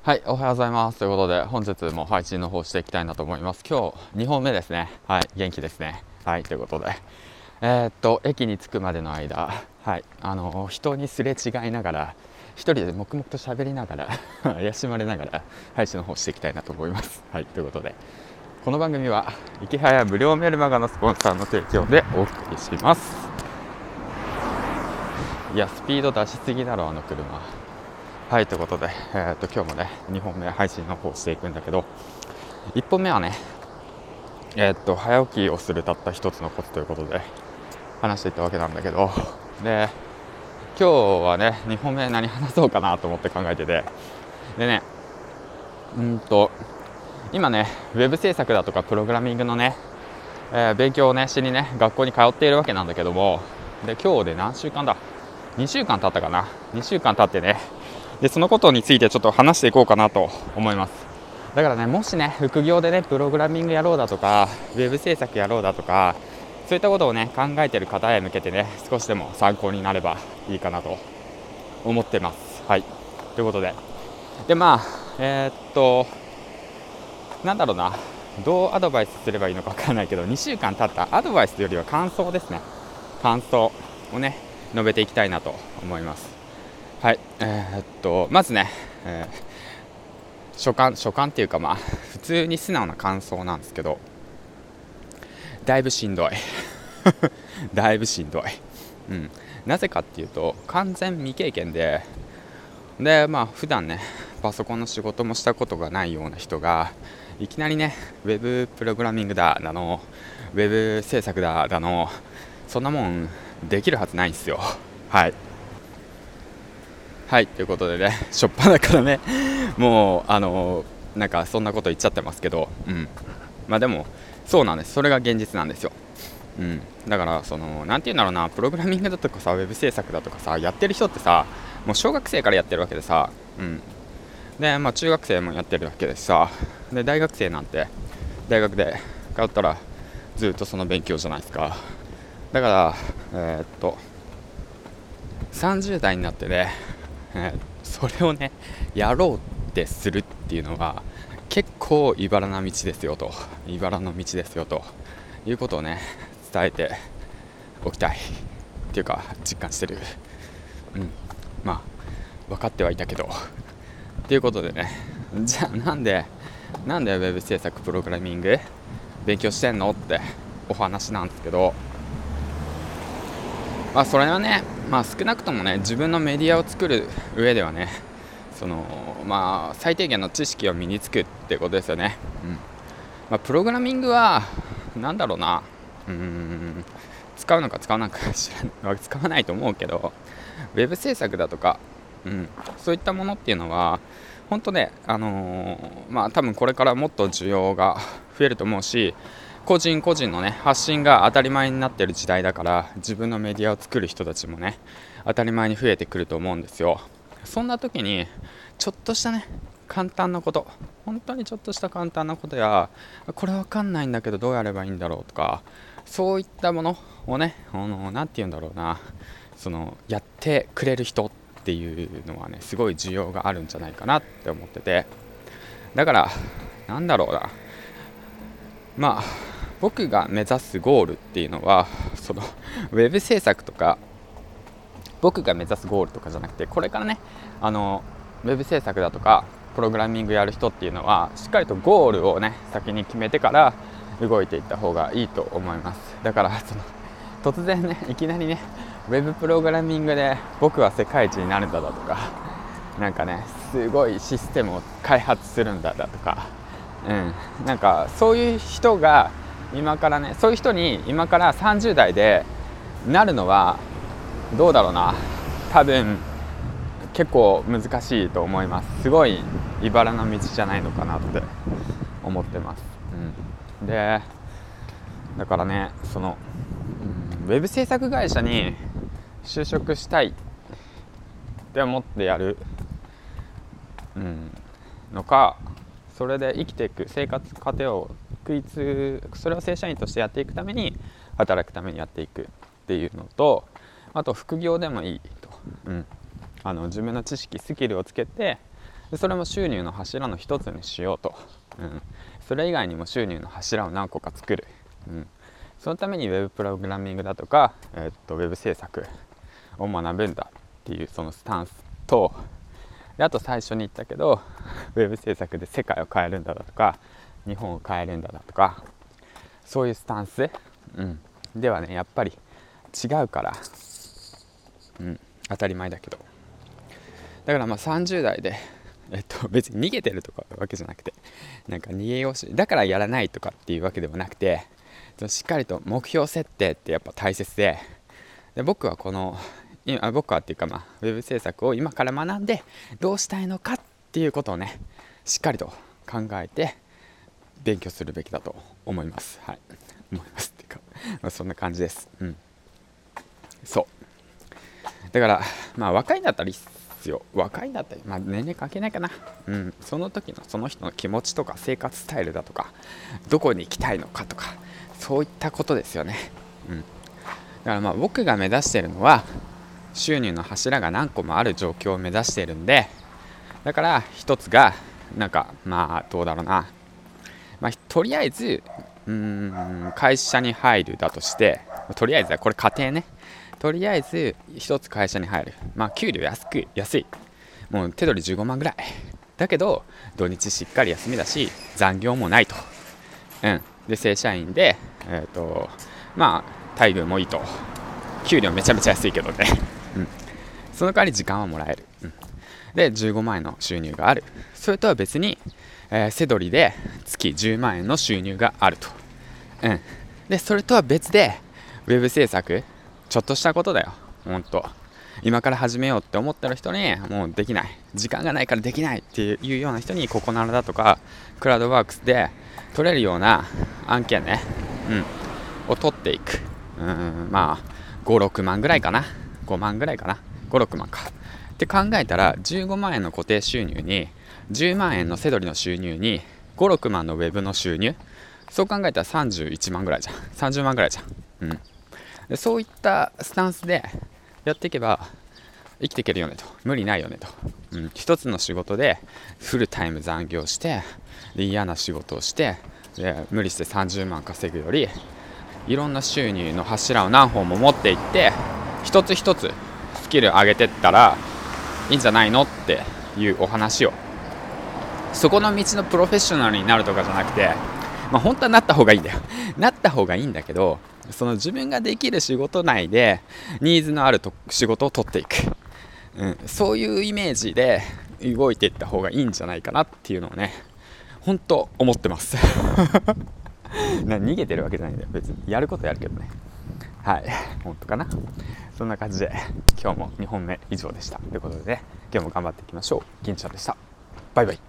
はい、おはようございます。ということで、本日も配信の方していきたいなと思います。今日、2本目ですね。はい、元気ですね。はい、ということで、駅に着くまでの間、はい、人にすれ違いながら、一人で黙々と喋りながら、怪しまれながら、配信の方していきたいなと思います。はい、ということで、この番組は、池早無料メルマガのスポンサーの提供でお送りします。いや、スピード出しすぎだろ、あの車。はい、ということで、今日もね、2本目配信の方していくんだけど、1本目はね、早起きをするたった一つのコツということで話していったわけなんだけど、で、今日はね、2本目何話そうかなと思って考えてて、でね、今ね、ウェブ制作だとかプログラミングのね、勉強をね、しにね、学校に通っているわけなんだけども、で、今日で何週間だ ?2 週間経ったかな ?2 週間経ってね、でそのことについてちょっと話していこうかなと思います。だからね、もしね、副業でね、プログラミングやろうだとかウェブ制作やろうだとか、そういったことをね考えている方へ向けてね、少しでも参考になればいいかなと思ってます。はい、ということで、なんだろうな、どうアドバイスすればいいのか分からないけど、2週間経ったアドバイスというよりは感想ですね。感想をね述べていきたいなと思います。はい、まずね、所感っていうか、まあ普通に素直な感想なんですけど、だいぶしんどいだいぶしんどい、なぜかっていうと、完全未経験で、まあ普段ねパソコンの仕事もしたことがないような人がいきなりね、ウェブプログラミングだのウェブ制作だの、そんなもんできるはずないんですよ。はい、ということでね、しょっぱなからね、もうなんかそんなこと言っちゃってますけど、まあでもそうなんです。それが現実なんですよ。だからなんていうんだろうな、プログラミングだとかさ、ウェブ制作だとかさ、やってる人ってさ、もう小学生からやってるわけでさ、でまあ中学生もやってるわけでさ、で大学生なんて大学で通ったらずっとその勉強じゃないですか。だから30代になってね、それをねやろうってするっていうのは結構茨の道ですよということをね伝えておきたいっていうか、実感してる。まあ分かってはいたけどっていうことでね、じゃあなんでウェブ制作プログラミング勉強してんのってお話なんですけど、まあそれはね、まあ少なくともね、自分のメディアを作る上ではね、まあ最低限の知識を身につくってことですよね。プログラミングはなんだろうな、使うのか使わないか知らない、使わないと思うけど、ウェブ制作だとか、そういったものっていうのは本当ね、まあ多分これからもっと需要が増えると思うし、個人個人のね発信が当たり前になっている時代だから、自分のメディアを作る人たちもね当たり前に増えてくると思うんですよ。そんな時にちょっとしたね簡単なこと、本当にちょっとした簡単なことや、これわかんないんだけどどうやればいいんだろうとか、そういったものをね、なんて言うんだろうな、やってくれる人っていうのはね、すごい需要があるんじゃないかなって思ってて、だからなんだろうな、まあ僕が目指すゴールっていうのは、ウェブ制作とか僕が目指すゴールとかじゃなくて、これからねウェブ制作だとかプログラミングやる人っていうのは、しっかりとゴールをね先に決めてから動いていった方がいいと思います。だから突然ね、いきなりねウェブプログラミングで僕は世界一になるんだとか、なんかねすごいシステムを開発するんだとか、なんかそういう人がそういう人に今から30代でなるのはどうだろうな、多分結構難しいと思います。すごい茨の道じゃないのかなって思ってます。でだからね、ウェブ制作会社に就職したいって思ってやる、のか、それで生きていく生活過程をそれを正社員としてやっていくために働くためにやっていくっていうのと、あと副業でもいいと、自分の知識スキルをつけてでそれも収入の柱の一つにしようと、それ以外にも収入の柱を何個か作る、そのためにウェブプログラミングだとか、ウェブ制作を学ぶんだっていうそのスタンスと、であと最初に言ったけどウェブ制作で世界を変えるんだとか日本を変えるんだとか、そういうスタンス、ではねやっぱり違うから、当たり前だけど、だから30代で、別に逃げてるとかわけじゃなくて、なんか逃げようしだからやらないとかっていうわけではなくて、しっかりと目標設定ってやっぱ大切で、僕は僕はっていうかウェブ制作を今から学んでどうしたいのかっていうことをねしっかりと考えて勉強するべきだと思います。思いますっていうか、そんな感じです。そうだから若いんだったらいいっすよ。若いんだったら年齢関係ないかな。その時のその人の気持ちとか生活スタイルだとかどこに行きたいのかとかそういったことですよね。だから僕が目指しているのは収入の柱が何個もある状況を目指しているんで、だから一つがどうだろうな、とりあえず会社に入るだとして、とりあえずはこれ家庭ね、とりあえず一つ会社に入る、給料安い、もう手取り15万ぐらいだけど土日しっかり休みだし残業もないと、で正社員で待遇もいいと、給料めちゃめちゃ安いけどねその代わり時間はもらえる、で15万円の収入がある。それとは別に、セドリで月10万円の収入があると、でそれとは別でウェブ制作ちょっとしたことだよ、今から始めようって思ってる人にもうできない、時間がないからできないっていうような人にココナラだとかクラウドワークスで取れるような案件ね、を取っていく。5、6万ぐらいかな、5万ぐらいかな、5、6万かって考えたら、15万円の固定収入に10万円のセドリの収入に5、6万のウェブの収入、そう考えたら31万ぐらいじゃん、30万ぐらいじゃん、でそういったスタンスでやっていけば生きていけるよねと、無理ないよねと、一つの仕事でフルタイム残業してで嫌な仕事をしてで無理して30万稼ぐより、いろんな収入の柱を何本も持っていって一つ一つスキル上げてったらいいんじゃないのっていうお話を、そこの道のプロフェッショナルになるとかじゃなくて、本当はなった方がいいんだよなった方がいいんだけど、その自分ができる仕事内でニーズのある仕事を取っていく、そういうイメージで動いていった方がいいんじゃないかなっていうのをね本当思ってます逃げてるわけじゃないんだよ、別にやることやるけどね。本当かな。そんな感じで今日も2本目以上でしたということでね、今日も頑張っていきましょう。銀ちゃんでした。バイバイ。